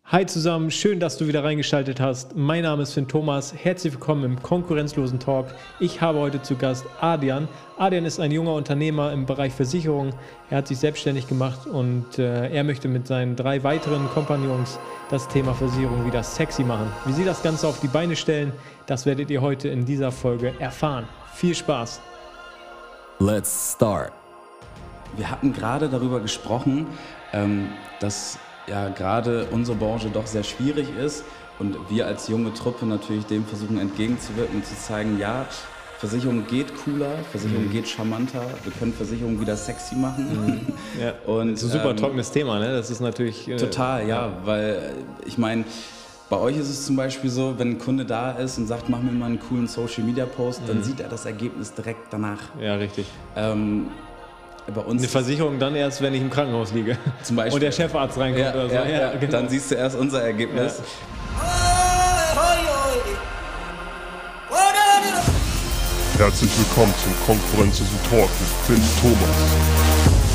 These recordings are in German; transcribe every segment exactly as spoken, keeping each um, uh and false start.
Hi zusammen, schön, dass du wieder reingeschaltet hast. Mein Name ist Finn Thomas. Herzlich willkommen im konkurrenzlosen Talk. Ich habe heute zu Gast Adrian. Adrian ist ein junger Unternehmer im Bereich Versicherung. Er hat sich selbstständig gemacht und äh, er möchte mit seinen drei weiteren Kompagnons das Thema Versicherung wieder sexy machen. Wie sie das Ganze auf die Beine stellen, das werdet ihr heute in dieser Folge erfahren. Viel Spaß! Let's start. Wir hatten gerade darüber gesprochen, ähm, dass ja gerade unsere Branche doch sehr schwierig ist und wir als junge Truppe natürlich dem versuchen entgegenzuwirken und zu zeigen, ja, Versicherung geht cooler, Versicherung mhm. geht charmanter, wir können Versicherung wieder sexy machen. Mhm. Ja. Und das ist ein super ähm, trockenes Thema, ne? Das ist natürlich... Äh, total, ja, ja, weil ich meine, bei euch ist es zum Beispiel so, wenn ein Kunde da ist und sagt, mach mir mal einen coolen Social-Media-Post, mhm. dann sieht er das Ergebnis direkt danach. Ja, richtig. Ähm, Bei uns eine Versicherung dann erst, wenn ich im Krankenhaus liege. Zum Beispiel. Und der Chefarzt reinkommt ja, oder so. Ja, ja, ja. Genau. Dann siehst du erst unser Ergebnis. Ja. Herzlich willkommen zum konkurrenzlosen Talk mit Finn Thomas.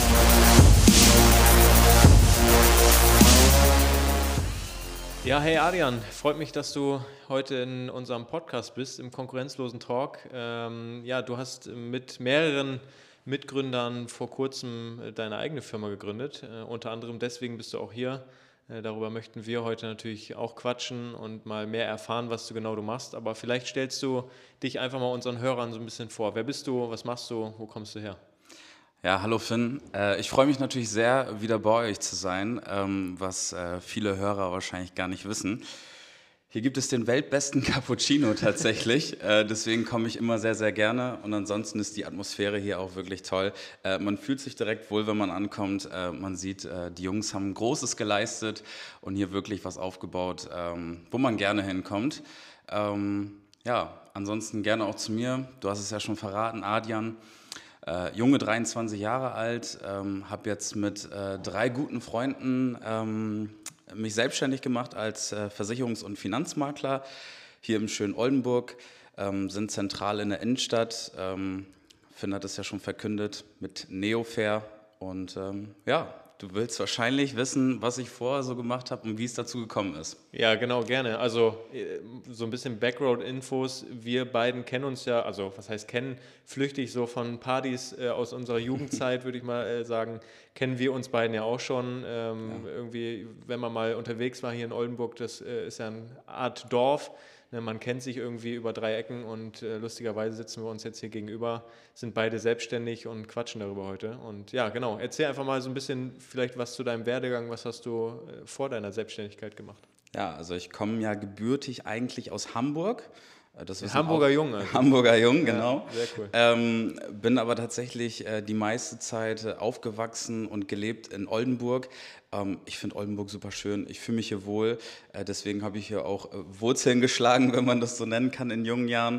Ja, hey Adrian, freut mich, dass du heute in unserem Podcast bist, im konkurrenzlosen Talk. Ähm, ja, du hast mit mehreren Mitgründern vor kurzem deine eigene Firma gegründet. Äh, unter anderem deswegen bist du auch hier. Äh, darüber möchten wir heute natürlich auch quatschen und mal mehr erfahren, was du genau du machst. Aber vielleicht stellst du dich einfach mal unseren Hörern so ein bisschen vor. Wer bist du, was machst du, wo kommst du her? Ja, hallo Finn. Äh, ich freue mich natürlich sehr, wieder bei euch zu sein, ähm, was äh, viele Hörer wahrscheinlich gar nicht wissen. Hier gibt es den weltbesten Cappuccino tatsächlich, äh, deswegen komme ich immer sehr, sehr gerne und ansonsten ist die Atmosphäre hier auch wirklich toll. Äh, man fühlt sich direkt wohl, wenn man ankommt, äh, man sieht, äh, die Jungs haben Großes geleistet und hier wirklich was aufgebaut, ähm, wo man gerne hinkommt. Ähm, ja, ansonsten gerne auch zu mir, du hast es ja schon verraten, Adrian. Äh, junge dreiundzwanzig Jahre alt, ähm, habe jetzt mit äh, drei guten Freunden ähm, mich selbstständig gemacht als äh, Versicherungs- und Finanzmakler hier im schönen Oldenburg, ähm, sind zentral in der Innenstadt. Ähm, Finn hat es ja schon verkündet mit Neofair und ähm, ja, du willst wahrscheinlich wissen, was ich vorher so gemacht habe und wie es dazu gekommen ist. Ja, genau, gerne. Also so ein bisschen Background-Infos. Wir beiden kennen uns ja, also was heißt kennen, flüchtig so von Partys äh, aus unserer Jugendzeit, würde ich mal äh, sagen, kennen wir uns beiden ja auch schon. Ähm, ja. Irgendwie, wenn man mal unterwegs war hier in Oldenburg, das äh, ist ja eine Art Dorf. Man kennt sich irgendwie über drei Ecken und äh, lustigerweise sitzen wir uns jetzt hier gegenüber, sind beide selbstständig und quatschen darüber heute. Und ja, genau, erzähl einfach mal so ein bisschen vielleicht was zu deinem Werdegang, was hast du äh, vor deiner Selbstständigkeit gemacht? Ja, also ich komme ja gebürtig eigentlich aus Hamburg. Das Hamburger Jung. Also. Hamburger Jung, genau. Ja, sehr cool. Ähm, bin aber tatsächlich äh, die meiste Zeit äh, aufgewachsen und gelebt in Oldenburg. Ähm, ich finde Oldenburg super schön, ich fühle mich hier wohl. Äh, deswegen habe ich hier auch äh, Wurzeln geschlagen, wenn man das so nennen kann, in jungen Jahren.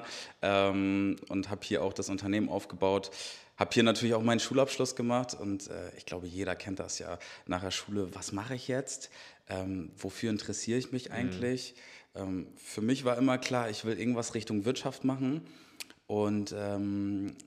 Ähm, und habe hier auch das Unternehmen aufgebaut. Habe hier natürlich auch meinen Schulabschluss gemacht und äh, ich glaube, jeder kennt das ja nach der Schule. Was mache ich jetzt? Ähm, wofür interessiere ich mich eigentlich? Mhm. Ähm, für mich war immer klar, ich will irgendwas Richtung Wirtschaft machen und ähm,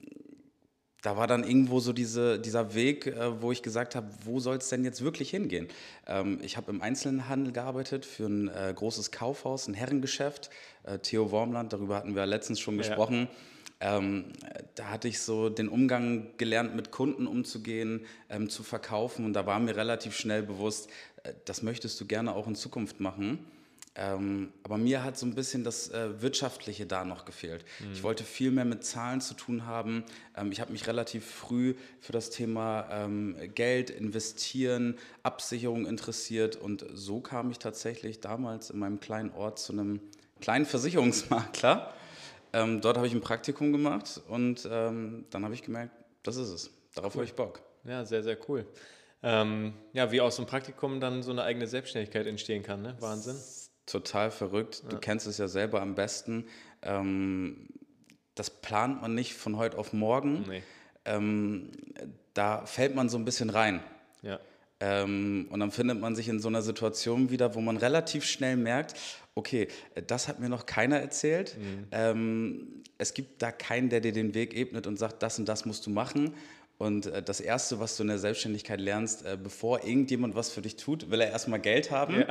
da war dann irgendwo so diese, dieser Weg, äh, wo ich gesagt habe, wo soll es denn jetzt wirklich hingehen? Ähm, ich habe im Einzelhandel gearbeitet für ein äh, großes Kaufhaus, ein Herrengeschäft, äh, Theo Wormland, darüber hatten wir letztens schon gesprochen. Ja. Ähm, da hatte ich so den Umgang gelernt, mit Kunden umzugehen, ähm, zu verkaufen und da war mir relativ schnell bewusst, äh, das möchtest du gerne auch in Zukunft machen. Ähm, aber mir hat so ein bisschen das äh, Wirtschaftliche da noch gefehlt. Mhm. Ich wollte viel mehr mit Zahlen zu tun haben. Ähm, ich habe mich relativ früh für das Thema ähm, Geld, Investieren, Absicherung interessiert und so kam ich tatsächlich damals in meinem kleinen Ort zu einem kleinen Versicherungsmakler. Ähm, dort habe ich ein Praktikum gemacht und ähm, dann habe ich gemerkt, das ist es. Darauf cool. habe ich Bock. Ja, sehr, sehr cool. Ähm, ja, wie aus so einem Praktikum dann so eine eigene Selbstständigkeit entstehen kann, ne? Wahnsinn. Total verrückt. Du ja. kennst es ja selber am besten. Ähm, das plant man nicht von heute auf morgen. Nee. Ähm, da fällt man so ein bisschen rein. Ja. Ähm, und dann findet man sich in so einer Situation wieder, wo man relativ schnell merkt, okay, das hat mir noch keiner erzählt. Mhm. Ähm, es gibt da keinen, der dir den Weg ebnet und sagt, das und das musst du machen. Und äh, das Erste, was du in der Selbstständigkeit lernst, äh, bevor irgendjemand was für dich tut, will er erstmal Geld haben. Ja.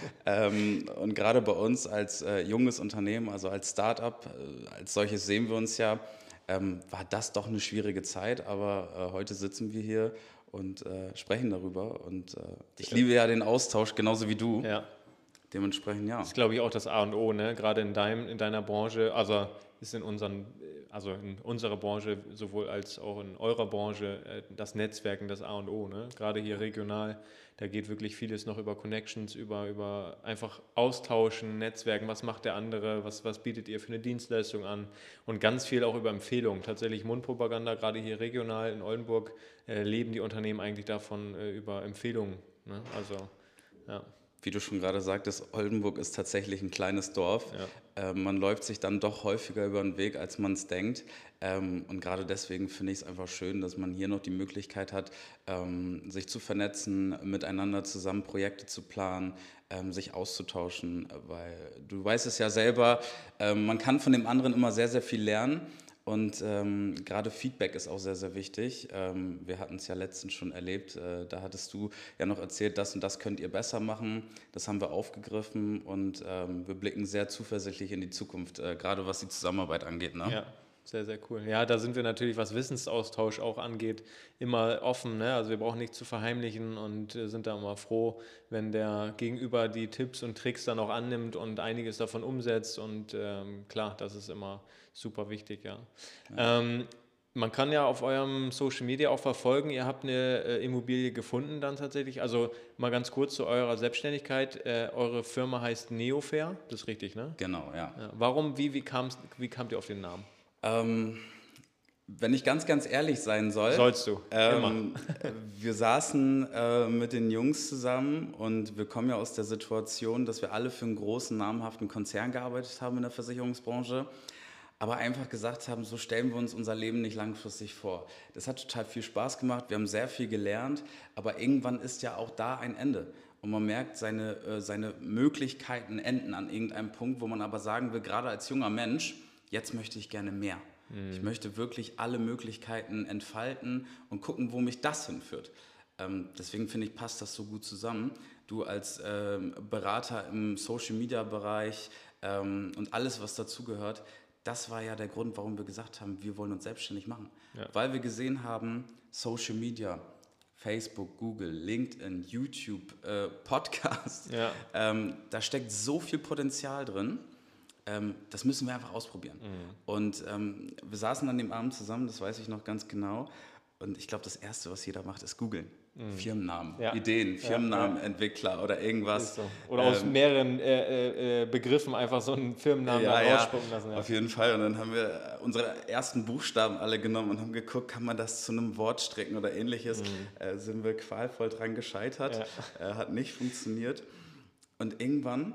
Ähm, und gerade bei uns als äh, junges Unternehmen, also als Start-up, äh, als solches sehen wir uns ja, ähm, war das doch eine schwierige Zeit. Aber äh, heute sitzen wir hier und äh, sprechen darüber. Und äh, ich liebe ja den Austausch, genauso wie du. Ja. Dementsprechend, ja. Das ist, glaube ich, auch das A und O, ne? Gerade in, deinem, in deiner Branche, also ist in, unseren, also in unserer Branche sowohl als auch in eurer Branche äh, das Netzwerken das A und O. Ne? Gerade hier regional, da geht wirklich vieles noch über Connections, über, über einfach austauschen, Netzwerken, was macht der andere, was, was bietet ihr für eine Dienstleistung an und ganz viel auch über Empfehlungen. Tatsächlich Mundpropaganda, gerade hier regional in Oldenburg, äh, leben die Unternehmen eigentlich davon äh, über Empfehlungen. Ne? Also, ja. Wie du schon gerade sagtest, Oldenburg ist tatsächlich ein kleines Dorf. Ja. Ähm, man läuft sich dann doch häufiger über den Weg, als man es denkt. Ähm, und gerade deswegen finde ich es einfach schön, dass man hier noch die Möglichkeit hat, ähm, sich zu vernetzen, miteinander zusammen Projekte zu planen, ähm, sich auszutauschen. Weil du weißt es ja selber, ähm, man kann von dem anderen immer sehr, sehr viel lernen. Und ähm, gerade Feedback ist auch sehr, sehr wichtig. Ähm, wir hatten es ja letztens schon erlebt, äh, da hattest du ja noch erzählt, das und das könnt ihr besser machen. Das haben wir aufgegriffen und ähm, wir blicken sehr zuversichtlich in die Zukunft, äh, gerade was die Zusammenarbeit angeht. Ne? Ja, sehr, sehr cool. Ja, da sind wir natürlich, was Wissensaustausch auch angeht, immer offen. Ne? Also wir brauchen nichts zu verheimlichen und äh, sind da immer froh, wenn der Gegenüber die Tipps und Tricks dann auch annimmt und einiges davon umsetzt. Und ähm, klar, das ist immer super wichtig, ja. ja. Ähm, man kann ja auf eurem Social Media auch verfolgen, ihr habt eine äh, Immobilie gefunden dann tatsächlich. Also mal ganz kurz zu eurer Selbstständigkeit. Äh, eure Firma heißt Neofair, das ist richtig, ne? Genau, ja. ja. Warum, wie, wie, kam's, wie kamt ihr auf den Namen? Ähm, wenn ich ganz, ganz ehrlich sein soll. Sollst du, ähm, immer. Wir saßen äh, mit den Jungs zusammen und wir kommen ja aus der Situation, dass wir alle für einen großen, namhaften Konzern gearbeitet haben in der Versicherungsbranche. Aber einfach gesagt haben, so stellen wir uns unser Leben nicht langfristig vor. Das hat total viel Spaß gemacht, wir haben sehr viel gelernt, aber irgendwann ist ja auch da ein Ende. Und man merkt, seine, äh, seine Möglichkeiten enden an irgendeinem Punkt, wo man aber sagen will, gerade als junger Mensch, jetzt möchte ich gerne mehr. Mhm. Ich möchte wirklich alle Möglichkeiten entfalten und gucken, wo mich das hinführt. Ähm, deswegen finde ich, passt das so gut zusammen. Du als ähm, Berater im Social-Media-Bereich ähm, und alles, was dazugehört, das war ja der Grund, warum wir gesagt haben, wir wollen uns selbstständig machen. Ja. Weil wir gesehen haben, Social Media, Facebook, Google, LinkedIn, YouTube, äh, Podcast, ja. ähm, da steckt so viel Potenzial drin, ähm, das müssen wir einfach ausprobieren. Mhm. Und ähm, wir saßen an dem Abend zusammen, das weiß ich noch ganz genau, und ich glaube, das Erste, was jeder macht, ist googeln. Mhm. Firmennamen, ja. Ideen, Firmennamen, ja, ja. Entwickler oder irgendwas. So. Oder ähm, aus mehreren äh, äh, Begriffen einfach so einen Firmennamen ja, ja, rausspucken lassen. Ja. Auf jeden Fall. Und dann haben wir unsere ersten Buchstaben alle genommen und haben geguckt, kann man das zu einem Wort strecken oder ähnliches. Mhm. Äh, sind wir qualvoll dran gescheitert. Ja. Äh, hat nicht funktioniert. Und irgendwann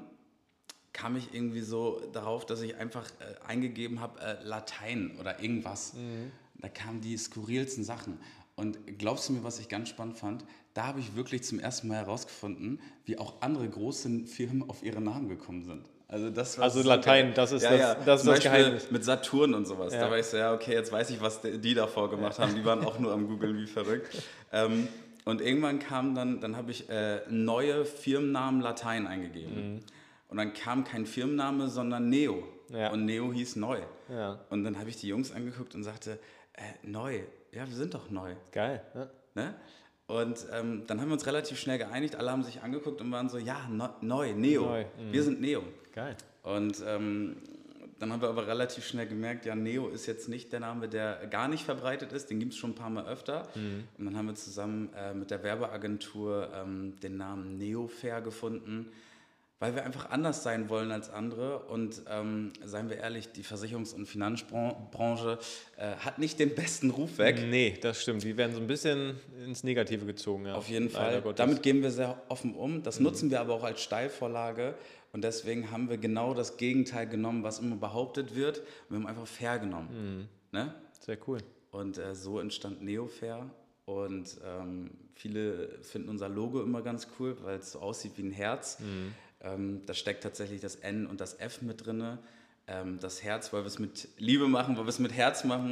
kam ich irgendwie so darauf, dass ich einfach äh, eingegeben habe, äh, Latein oder irgendwas. Mhm. Da kamen die skurrilsten Sachen. Und glaubst du mir, was ich ganz spannend fand? Da habe ich wirklich zum ersten Mal herausgefunden, wie auch andere große Firmen auf ihre Namen gekommen sind. Also, das war also Latein, geil. das ist ja, das, ja. das, ist das Geheimnis. Mit Saturn und sowas. Ja. Da war ich so, ja, okay, jetzt weiß ich, was die davor gemacht ja. haben. Die waren auch nur am Googeln wie verrückt. ähm, und irgendwann kam dann, dann habe ich äh, neue Firmennamen Latein eingegeben. Mhm. Und dann kam kein Firmenname, sondern Neo. Ja. Und Neo hieß neu. Ja. Und dann habe ich die Jungs angeguckt und sagte, äh, neu. Ja, wir sind doch neu. Geil. Ja. Ne? Und ähm, dann haben wir uns relativ schnell geeinigt. Alle haben sich angeguckt und waren so, ja, no, neu, Neo. Neu. Mhm. Wir sind Neo. Geil. Und ähm, dann haben wir aber relativ schnell gemerkt, ja, Neo ist jetzt nicht der Name, der gar nicht verbreitet ist. Den gibt es schon ein paar Mal öfter. Mhm. Und dann haben wir zusammen äh, mit der Werbeagentur ähm, den Namen Neofair gefunden, weil wir einfach anders sein wollen als andere. Und ähm, seien wir ehrlich, die Versicherungs- und Finanzbranche äh, hat nicht den besten Ruf weg. Nee, das stimmt. Die werden so ein bisschen ins Negative gezogen. Ja. Auf jeden Fall. Damit gehen wir sehr offen um. Das mhm. nutzen wir aber auch als Steilvorlage. Und deswegen haben wir genau das Gegenteil genommen, was immer behauptet wird. Und wir haben einfach fair genommen. Mhm. Ne? Sehr cool. Und äh, so entstand Neofair. Und ähm, viele finden unser Logo immer ganz cool, weil es so aussieht wie ein Herz. Mhm. Ähm, da steckt tatsächlich das N und das F mit drin. Ähm, das Herz, weil wir es mit Liebe machen, weil wir es mit Herz machen.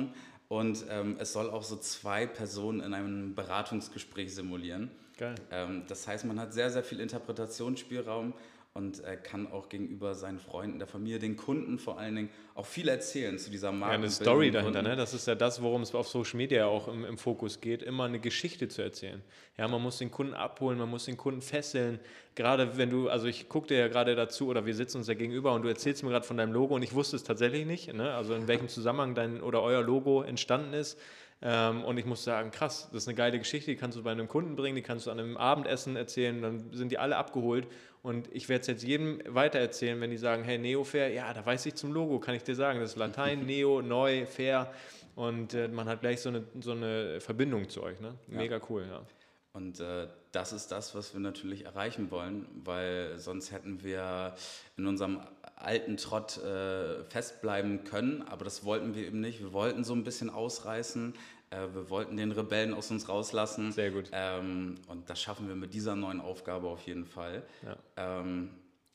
Und ähm, es soll auch so zwei Personen in einem Beratungsgespräch simulieren. Geil. Ähm, das heißt, man hat sehr, sehr viel Interpretationsspielraum und äh, kann auch gegenüber seinen Freunden, der Familie, den Kunden vor allen Dingen auch viel erzählen zu dieser Marke. Ja, eine Story dahinter, ne? Das ist ja das, worum es auf Social Media auch im, im Fokus geht, immer eine Geschichte zu erzählen. Ja, man muss den Kunden abholen, man muss den Kunden fesseln. Gerade wenn du, also ich gucke dir ja gerade dazu oder wir sitzen uns ja gegenüber und du erzählst mir gerade von deinem Logo und ich wusste es tatsächlich nicht, ne? Also in welchem Zusammenhang dein oder euer Logo entstanden ist. Ähm, und ich muss sagen, krass, das ist eine geile Geschichte, die kannst du bei einem Kunden bringen, die kannst du an einem Abendessen erzählen, dann sind die alle abgeholt und ich werde es jetzt jedem weitererzählen, wenn die sagen, hey, Neo Fair, ja, da weiß ich zum Logo, kann ich dir sagen, das ist Latein, Neo, Neu, Fair und äh, man hat gleich so eine, so eine Verbindung zu euch, ne? Mega Ja. cool, ja. Und äh, das ist das, was wir natürlich erreichen wollen, weil sonst hätten wir in unserem alten Trott äh, festbleiben können, aber das wollten wir eben nicht. Wir wollten so ein bisschen ausreißen, äh, wir wollten den Rebellen aus uns rauslassen. Sehr gut. Ähm, und das schaffen wir mit dieser neuen Aufgabe auf jeden Fall. Ja. Ähm,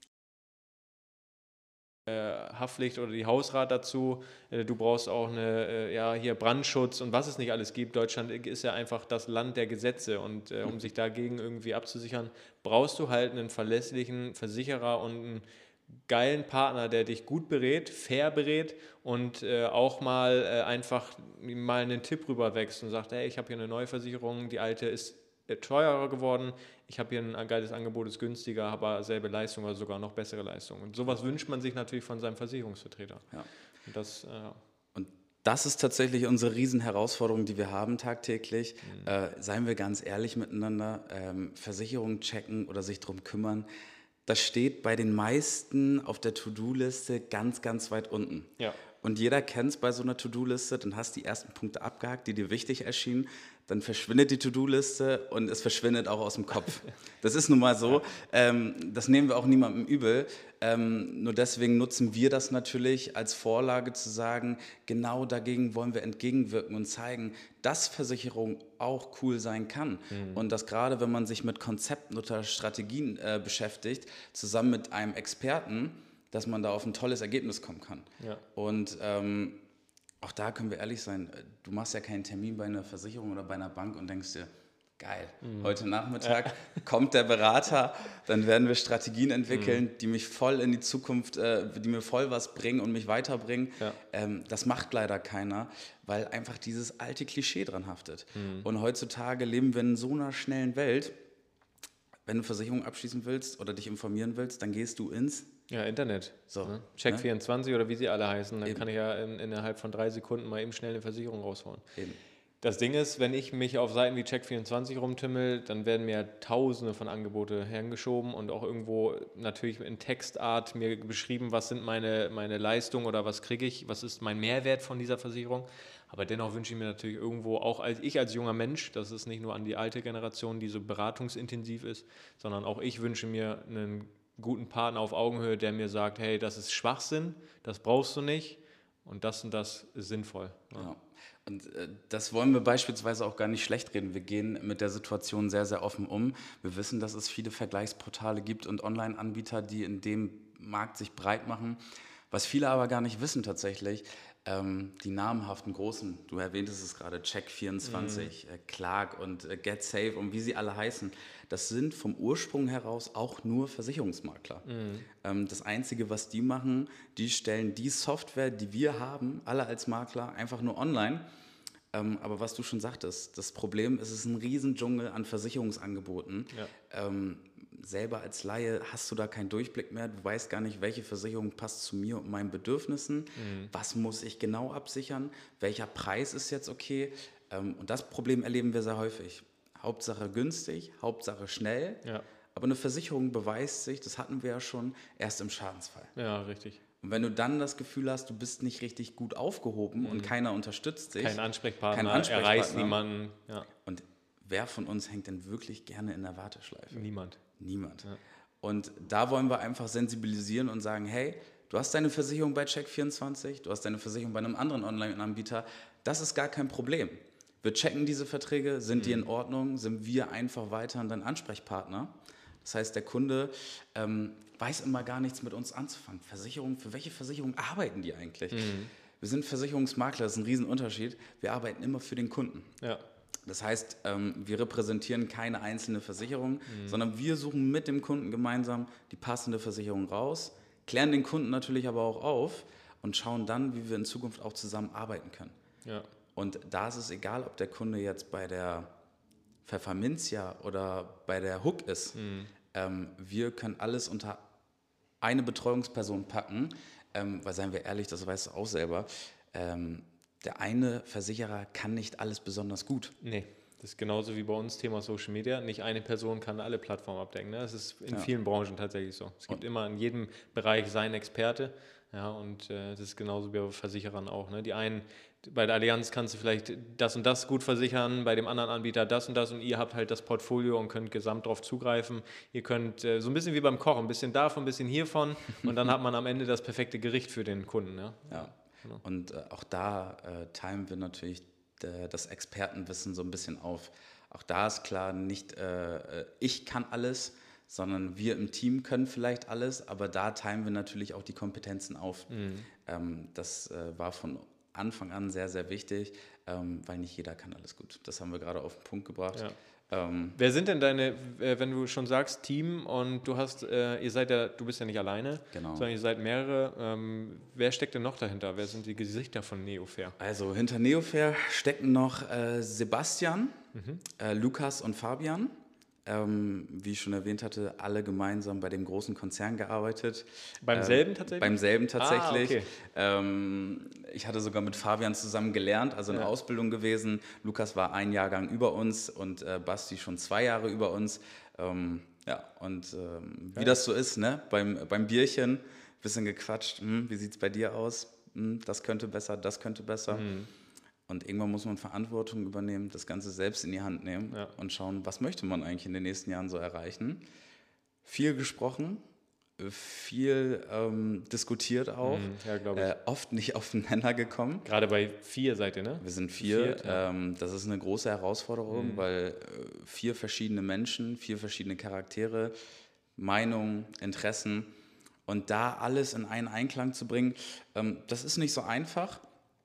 Haftpflicht oder die Hausrat dazu. Du brauchst auch eine, äh, ja, hier Brandschutz und was es nicht alles gibt. Deutschland ist ja einfach das Land der Gesetze und äh, um sich dagegen irgendwie abzusichern, brauchst du halt einen verlässlichen Versicherer und einen geilen Partner, der dich gut berät, fair berät und äh, auch mal äh, einfach mal einen Tipp rüberwächst und sagt, hey, ich habe hier eine neue Versicherung, die alte ist teurer geworden, ich habe hier ein geiles Angebot, ist günstiger, aber selbe Leistung oder sogar noch bessere Leistung. Und sowas wünscht man sich natürlich von seinem Versicherungsvertreter. ja. Und das, äh, Und das ist tatsächlich unsere Riesenherausforderung, die wir haben tagtäglich. Mhm. Äh, seien wir ganz ehrlich miteinander, ähm, Versicherungen checken oder sich darum kümmern, das steht bei den meisten auf der To-Do-Liste ganz, ganz weit unten. Ja. Und jeder kennt es bei so einer To-Do-Liste, dann hast du die ersten Punkte abgehakt, die dir wichtig erschienen, dann verschwindet die To-Do-Liste und es verschwindet auch aus dem Kopf. Das ist nun mal so, ähm, das nehmen wir auch niemandem übel, ähm, nur deswegen nutzen wir das natürlich als Vorlage zu sagen, genau dagegen wollen wir entgegenwirken und zeigen, dass Versicherung auch cool sein kann mhm. und dass gerade wenn man sich mit Konzepten oder Strategien äh, beschäftigt, zusammen mit einem Experten, dass man da auf ein tolles Ergebnis kommen kann. Ja. Und ähm, auch da können wir ehrlich sein, du machst ja keinen Termin bei einer Versicherung oder bei einer Bank und denkst dir, geil, mhm. heute Nachmittag ja. kommt der Berater, dann werden wir Strategien entwickeln, mhm. die mich voll in die Zukunft, äh, die mir voll was bringen und mich weiterbringen. Ja. Ähm, das macht leider keiner, weil einfach dieses alte Klischee dran haftet. Mhm. Und heutzutage leben wir in so einer schnellen Welt, wenn du Versicherung abschließen willst oder dich informieren willst, dann gehst du ins Ja, Internet. So, ne? Check ne? vierundzwanzig oder wie sie alle heißen. Dann Eben. kann ich ja in, innerhalb von drei Sekunden mal eben schnell eine Versicherung rausholen. Eben. Das Ding ist, wenn ich mich auf Seiten wie Check vierundzwanzig rumtümmel, dann werden mir tausende von Angebote hergeschoben und auch irgendwo natürlich in Textart mir beschrieben, was sind meine, meine Leistungen oder was kriege ich, was ist mein Mehrwert von dieser Versicherung. Aber dennoch wünsche ich mir natürlich irgendwo, auch als ich als junger Mensch, das ist nicht nur an die alte Generation, die so beratungsintensiv ist, sondern auch ich wünsche mir einen guten Partner auf Augenhöhe, der mir sagt, hey, das ist Schwachsinn, das brauchst du nicht und das und das ist sinnvoll. Ja. Ja. Und äh, das wollen wir beispielsweise auch gar nicht schlecht reden. Wir gehen mit der Situation sehr, sehr offen um. Wir wissen, dass es viele Vergleichsportale gibt und Online-Anbieter, die in dem Markt sich breit machen. Was viele aber gar nicht wissen tatsächlich, ähm, die namhaften Großen, du erwähntest es gerade, Check vierundzwanzig, mhm. äh, Clark und äh, Get Safe und wie sie alle heißen, das sind vom Ursprung heraus auch nur Versicherungsmakler. Mhm. Ähm, das Einzige, was die machen, die stellen die Software, die wir haben, alle als Makler, einfach nur online. Ähm, aber was du schon sagtest, das Problem ist, es ist ein Riesendschungel an Versicherungsangeboten. Ja. Ähm, selber als Laie hast du da keinen Durchblick mehr. Du weißt gar nicht, welche Versicherung passt zu mir und meinen Bedürfnissen. Mhm. Was muss ich genau absichern? Welcher Preis ist jetzt okay? Ähm, und das Problem erleben wir sehr häufig. Hauptsache günstig, Hauptsache schnell. Ja. Aber eine Versicherung beweist sich, das hatten wir ja schon, erst im Schadensfall. Ja, richtig. Und wenn du dann das Gefühl hast, du bist nicht richtig gut aufgehoben mhm. und keiner unterstützt dich. Kein Ansprechpartner, kein Ansprechpartner. erreicht niemanden. Ja. Und wer von uns hängt denn wirklich gerne in der Warteschleife? Niemand. Niemand. Ja. Und da wollen wir einfach sensibilisieren und sagen, hey, du hast deine Versicherung bei Check vierundzwanzig, du hast deine Versicherung bei einem anderen Online-Anbieter, das ist gar kein Problem. Wir checken diese Verträge, sind mhm. die in Ordnung, sind wir einfach weiterhin dein Ansprechpartner. Das heißt, der Kunde ähm, weiß immer gar nichts mit uns anzufangen. Versicherung, für welche Versicherung arbeiten die eigentlich? Mhm. wir sind Versicherungsmakler, das ist ein Riesenunterschied. Wir arbeiten immer für den Kunden. Ja. Das heißt, ähm, wir repräsentieren keine einzelne Versicherung, mhm. sondern wir suchen mit dem Kunden gemeinsam die passende Versicherung raus, klären den Kunden natürlich aber auch auf und schauen dann, wie wir in Zukunft auch zusammen arbeiten können. Ja. Und da ist es egal, ob der Kunde jetzt bei der Pfefferminzia oder bei der Hook ist. Mhm. Ähm, wir können alles unter eine Betreuungsperson packen, ähm, weil, seien wir ehrlich, das weißt du auch selber, ähm, der eine Versicherer kann nicht alles besonders gut. Nee, das ist genauso wie bei uns Thema Social Media. Nicht eine Person kann alle Plattformen abdecken. Ne? Das ist in ja. vielen Branchen tatsächlich so. Es gibt und immer in jedem Bereich seinen Experte. Ja, und äh, das ist genauso wie bei Versicherern auch. Ne? Die einen, bei der Allianz kannst du vielleicht das und das gut versichern, bei dem anderen Anbieter das und das und ihr habt halt das Portfolio und könnt gesamt darauf zugreifen. Ihr könnt äh, so ein bisschen wie beim Kochen, ein bisschen davon, ein bisschen hiervon und dann hat man am Ende das perfekte Gericht für den Kunden. Ja. Ja. Und äh, auch da äh, teilen wir natürlich äh, das Expertenwissen so ein bisschen auf. Auch da ist klar, nicht äh, ich kann alles, sondern wir im Team können vielleicht alles, aber da teilen wir natürlich auch die Kompetenzen auf. Mhm. Ähm, das äh, war von Anfang an sehr, sehr wichtig, ähm, weil nicht jeder kann alles gut. Das haben wir gerade auf den Punkt gebracht. Ja. Ähm, Wer sind denn deine, äh, wenn du schon sagst Team und du hast, äh, ihr seid ja, du bist ja nicht alleine, genau. sondern ihr seid mehrere. Ähm, wer steckt denn noch dahinter? Wer sind die Gesichter von Neofair? Also hinter Neofair stecken noch äh, Sebastian, mhm. äh, Lukas und Fabian. Ähm, wie ich schon erwähnt hatte, alle gemeinsam bei dem großen Konzern gearbeitet. Beim ähm, selben tatsächlich? Beim selben tatsächlich. Ah, okay. ähm, ich hatte sogar mit Fabian zusammen gelernt, also in ja. Ausbildung gewesen. Lukas war ein Jahrgang über uns und äh, Basti schon zwei Jahre über uns. Ähm, ja, und ähm, wie ja. das so ist, ne? beim, beim Bierchen, bisschen gequatscht, hm, wie sieht es bei dir aus? Hm, das könnte besser, das könnte besser. Mhm. Und irgendwann muss man Verantwortung übernehmen, das Ganze selbst in die Hand nehmen ja. und schauen, was möchte man eigentlich in den nächsten Jahren so erreichen. Viel gesprochen, viel ähm, diskutiert auch, mhm, ja, glaub ich. Äh, oft nicht auf den Nenner gekommen. Gerade bei vier seid ihr, ne? Wir sind vier. vier ja. ähm, das ist eine große Herausforderung, mhm. weil äh, vier verschiedene Menschen, vier verschiedene Charaktere, Meinungen, Interessen und da alles in einen Einklang zu bringen, ähm, das ist nicht so einfach.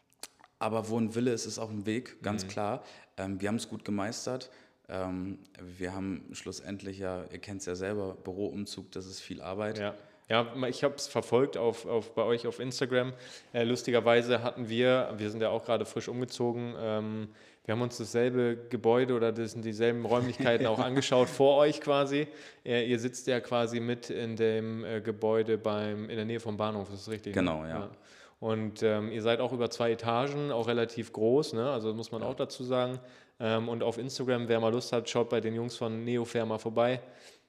Aber wo ein Wille ist, ist auch ein Weg, ganz mhm. klar. Ähm, wir haben es gut gemeistert. Ähm, wir haben schlussendlich ja, ihr kennt es ja selber, Büroumzug, das ist viel Arbeit. Ja, ja ich habe es verfolgt auf, auf, bei euch auf Instagram. Äh, lustigerweise hatten wir, wir sind ja auch gerade frisch umgezogen, ähm, wir haben uns dasselbe Gebäude oder das sind dieselben Räumlichkeiten auch angeschaut vor euch quasi. Äh, ihr sitzt ja quasi mit in dem äh, Gebäude beim, in der Nähe vom Bahnhof, das ist richtig? Genau, ne? ja. ja. Und ähm, ihr seid auch über zwei Etagen, auch relativ groß, ne? Also muss man ja. auch dazu sagen. Ähm, und auf Instagram, wer mal Lust hat, schaut bei den Jungs von Neofair mal vorbei.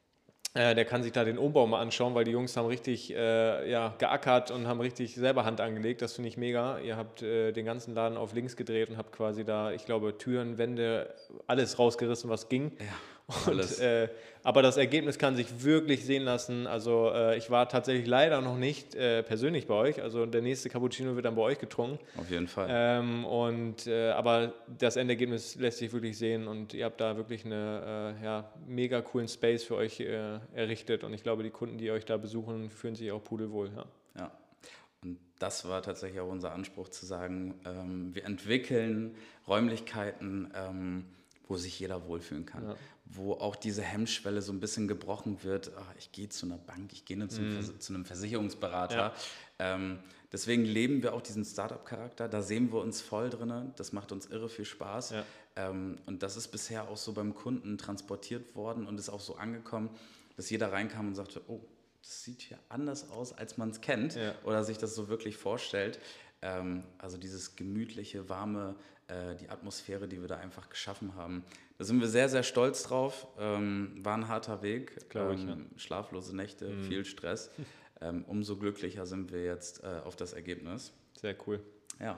Äh, der kann sich da den Umbau mal anschauen, weil die Jungs haben richtig äh, ja, geackert und haben richtig selber Hand angelegt. Das finde ich mega. Ihr habt äh, den ganzen Laden auf links gedreht und habt quasi da, ich glaube, Türen, Wände, alles rausgerissen, was ging. Ja. Und, äh, aber das Ergebnis kann sich wirklich sehen lassen. Also äh, ich war tatsächlich leider noch nicht äh, persönlich bei euch. Also der nächste Cappuccino wird dann bei euch getrunken. Auf jeden Fall. Ähm, und, äh, aber das Endergebnis lässt sich wirklich sehen und ihr habt da wirklich einen äh, ja, mega coolen Space für euch äh, errichtet. Und ich glaube, die Kunden, die euch da besuchen, fühlen sich auch pudelwohl. Ja. Ja. Und das war tatsächlich auch unser Anspruch zu sagen, ähm, wir entwickeln Räumlichkeiten, ähm, wo sich jeder wohlfühlen kann. Ja. Wo auch diese Hemmschwelle so ein bisschen gebrochen wird. Ach, ich gehe zu einer Bank, ich gehe mm. zu einem Versicherungsberater. Ja. Ähm, deswegen leben wir auch diesen Startup-Charakter. Da sehen wir uns voll drin. Das macht uns irre viel Spaß. Ja. Ähm, und das ist bisher auch so beim Kunden transportiert worden und ist auch so angekommen, dass jeder reinkam und sagte, oh, das sieht hier anders aus, als man es kennt ja. oder sich das so wirklich vorstellt. Ähm, also dieses gemütliche, warme, äh, die Atmosphäre, die wir da einfach geschaffen haben. Da sind wir sehr, sehr stolz drauf. Ähm, war ein harter Weg, ähm, ich, ja. schlaflose Nächte, mhm. viel Stress. Ähm, umso glücklicher sind wir jetzt äh, auf das Ergebnis. Sehr cool. Ja.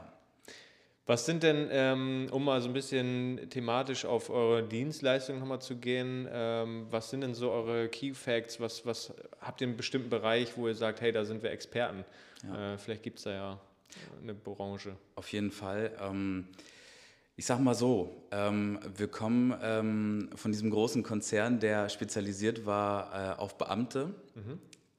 Was sind denn, ähm, um mal so ein bisschen thematisch auf eure Dienstleistung nochmal zu gehen, ähm, was sind denn so eure Key Facts? Was, was habt ihr einen bestimmten Bereich, wo ihr sagt, hey, da sind wir Experten? Ja. Äh, vielleicht gibt es da ja eine Branche. Auf jeden Fall. Ähm, ich sag mal so, ähm, wir kommen ähm, von diesem großen Konzern, der spezialisiert war äh, auf Beamte. Mhm.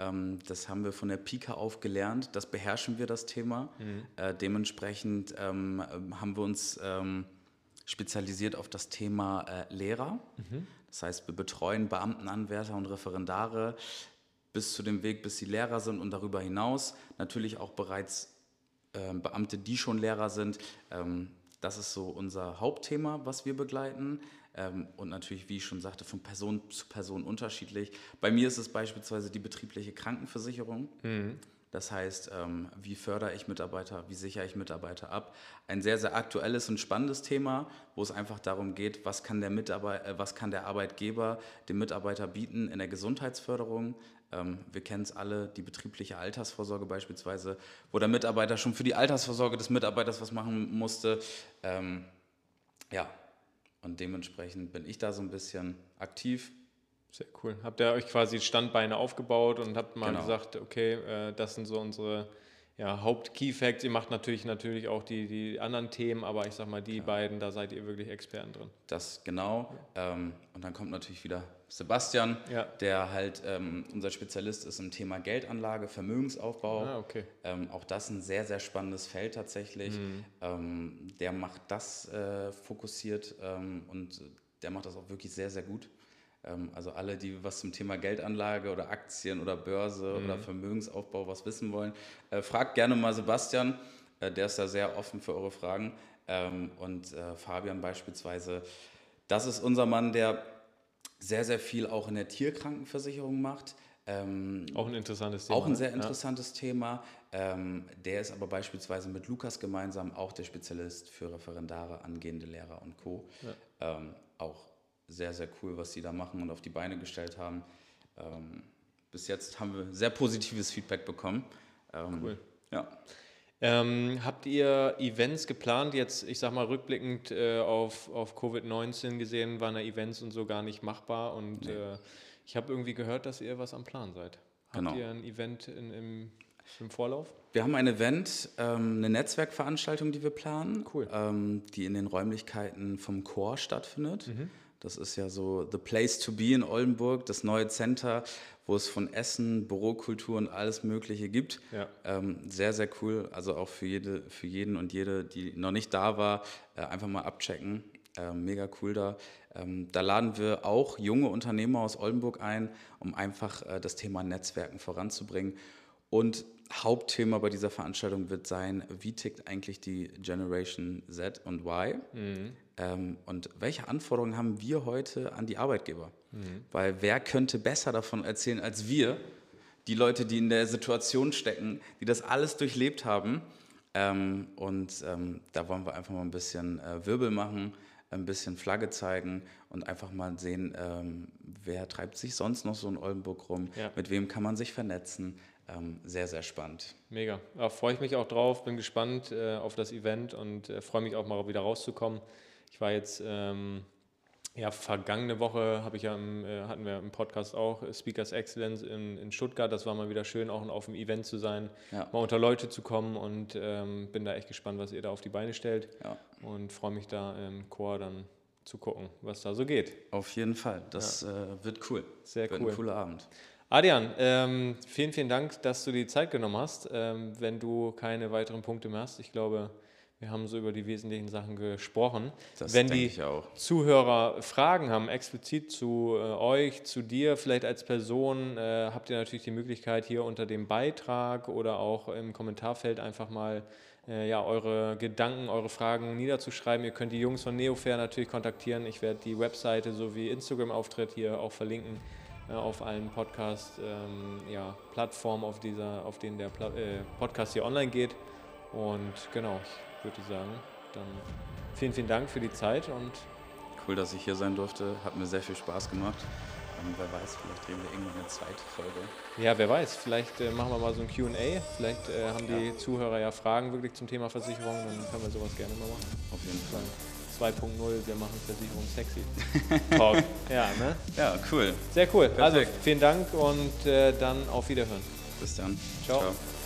Ähm, das haben wir von der Pike auf gelernt. Das beherrschen wir, das Thema. Mhm. Äh, dementsprechend ähm, haben wir uns ähm, spezialisiert auf das Thema äh, Lehrer. Mhm. Das heißt, wir betreuen Beamtenanwärter und Referendare bis zu dem Weg, bis sie Lehrer sind und darüber hinaus. Natürlich auch bereits äh, Beamte, die schon Lehrer sind. Ähm, das ist so unser Hauptthema, was wir begleiten. Ähm, und natürlich, wie ich schon sagte, von Person zu Person unterschiedlich. Bei mir ist es beispielsweise die betriebliche Krankenversicherung. Mhm. Das heißt, ähm, wie fördere ich Mitarbeiter, wie sichere ich Mitarbeiter ab? Ein sehr, sehr aktuelles und spannendes Thema, wo es einfach darum geht, was kann der, Mitarbeit- äh, was kann der Arbeitgeber dem Mitarbeiter bieten in der Gesundheitsförderung. Ähm, wir kennen es alle, die betriebliche Altersvorsorge beispielsweise, wo der Mitarbeiter schon für die Altersvorsorge des Mitarbeiters was machen musste. Ähm, ja, und dementsprechend bin ich da so ein bisschen aktiv. Sehr cool. Habt ihr euch quasi Standbeine aufgebaut und habt mal Genau. gesagt, okay, äh, das sind so unsere ja, Haupt-Key-Facts. Ihr macht natürlich natürlich auch die, die anderen Themen, aber ich sag mal, die ja. beiden, da seid ihr wirklich Experten drin. Das genau. Ja. Ähm, und dann kommt natürlich wieder Sebastian, ja. der halt ähm, unser Spezialist ist im Thema Geldanlage, Vermögensaufbau. Ah, okay. Ähm, auch das ein sehr, sehr spannendes Feld tatsächlich. Mhm. Ähm, der macht das äh, fokussiert ähm, und der macht das auch wirklich sehr, sehr gut. Also alle, die was zum Thema Geldanlage oder Aktien oder Börse mhm. oder Vermögensaufbau was wissen wollen, äh, fragt gerne mal Sebastian, äh, der ist da sehr offen für eure Fragen. Ähm, und äh, Fabian beispielsweise, das ist unser Mann, der sehr, sehr viel auch in der Tierkrankenversicherung macht. Ähm, auch ein interessantes Thema. Auch ein sehr interessantes ja. Thema. Ähm, der ist aber beispielsweise mit Lukas gemeinsam auch der Spezialist für Referendare, angehende Lehrer und Co. Ja. Ähm, auch sehr, sehr cool, was sie da machen und auf die Beine gestellt haben. Ähm, bis jetzt haben wir sehr positives Feedback bekommen. Ähm, cool. Ja. Ähm, habt ihr Events geplant? Jetzt, ich sag mal, rückblickend äh, auf, auf Covid neunzehn gesehen, waren ja Events und so gar nicht machbar. Und nee. äh, ich habe irgendwie gehört, dass ihr was am Plan seid. Habt genau. ihr ein Event in, im, im Vorlauf? Wir haben ein Event, ähm, eine Netzwerkveranstaltung, die wir planen, cool. ähm, die in den Räumlichkeiten vom Chor stattfindet. Mhm. Das ist ja so the place to be in Oldenburg, das neue Center, wo es von Essen, Bürokultur und alles Mögliche gibt. Ja. Ähm, sehr, sehr cool. Also auch für, jede, für jeden und jede, die noch nicht da war, äh, einfach mal abchecken. Äh, mega cool da. Ähm, da laden wir auch junge Unternehmer aus Oldenburg ein, um einfach äh, das Thema Netzwerken voranzubringen. Und Hauptthema bei dieser Veranstaltung wird sein, wie tickt eigentlich die Generation Z und Y? Mhm. Ähm, und welche Anforderungen haben wir heute an die Arbeitgeber? Mhm. Weil wer könnte besser davon erzählen als wir, die Leute, die in der Situation stecken, die das alles durchlebt haben. Ähm, und ähm, da wollen wir einfach mal ein bisschen äh, Wirbel machen, ein bisschen Flagge zeigen und einfach mal sehen, ähm, wer treibt sich sonst noch so in Oldenburg rum, ja. mit wem kann man sich vernetzen. Ähm, sehr, sehr spannend. Mega. Ja, freue ich mich auch drauf, bin gespannt äh, auf das Event und äh, freue mich auch mal wieder rauszukommen. Ich war jetzt, ähm, ja, vergangene Woche habe ich ja im, äh, hatten wir im Podcast auch äh, Speakers Excellence in, in Stuttgart. Das war mal wieder schön, auch auf dem Event zu sein, ja. mal unter Leute zu kommen und ähm, bin da echt gespannt, was ihr da auf die Beine stellt ja. und freue mich da im Chor dann zu gucken, was da so geht. Auf jeden Fall, das ja. äh, wird cool. Sehr wird cool. Ein cooler Abend. Adrian, ähm, vielen, vielen Dank, dass du die Zeit genommen hast. Ähm, wenn du keine weiteren Punkte mehr hast, ich glaube, wir haben so über die wesentlichen Sachen gesprochen. Das wenn denke die ich auch. Zuhörer Fragen haben, explizit zu äh, euch, zu dir, vielleicht als Person, äh, habt ihr natürlich die Möglichkeit, hier unter dem Beitrag oder auch im Kommentarfeld einfach mal äh, ja, eure Gedanken, eure Fragen niederzuschreiben. Ihr könnt die Jungs von Neofair natürlich kontaktieren. Ich werde die Webseite sowie Instagram-Auftritt hier auch verlinken. Auf allen Podcast-Plattformen, ähm, ja, auf, dieser, auf denen der Pla- äh, Podcast hier online geht. Und genau, ich würde sagen, dann vielen, vielen Dank für die Zeit. Und cool, dass ich hier sein durfte. Hat mir sehr viel Spaß gemacht. Ähm, wer weiß, vielleicht drehen wir irgendwann eine zweite Folge. Ja, wer weiß, vielleicht äh, machen wir mal so ein Q und A. Vielleicht äh, haben die ja. Zuhörer ja Fragen wirklich zum Thema Versicherung. Dann können wir sowas gerne mal machen. Auf jeden Fall. zwei Punkt null, wir machen Versicherung sexy. Talk. Ja, ne? Ja, cool. Sehr cool. Perfekt. Also vielen Dank und äh, dann auf Wiederhören. Bis dann. Ciao. Ciao.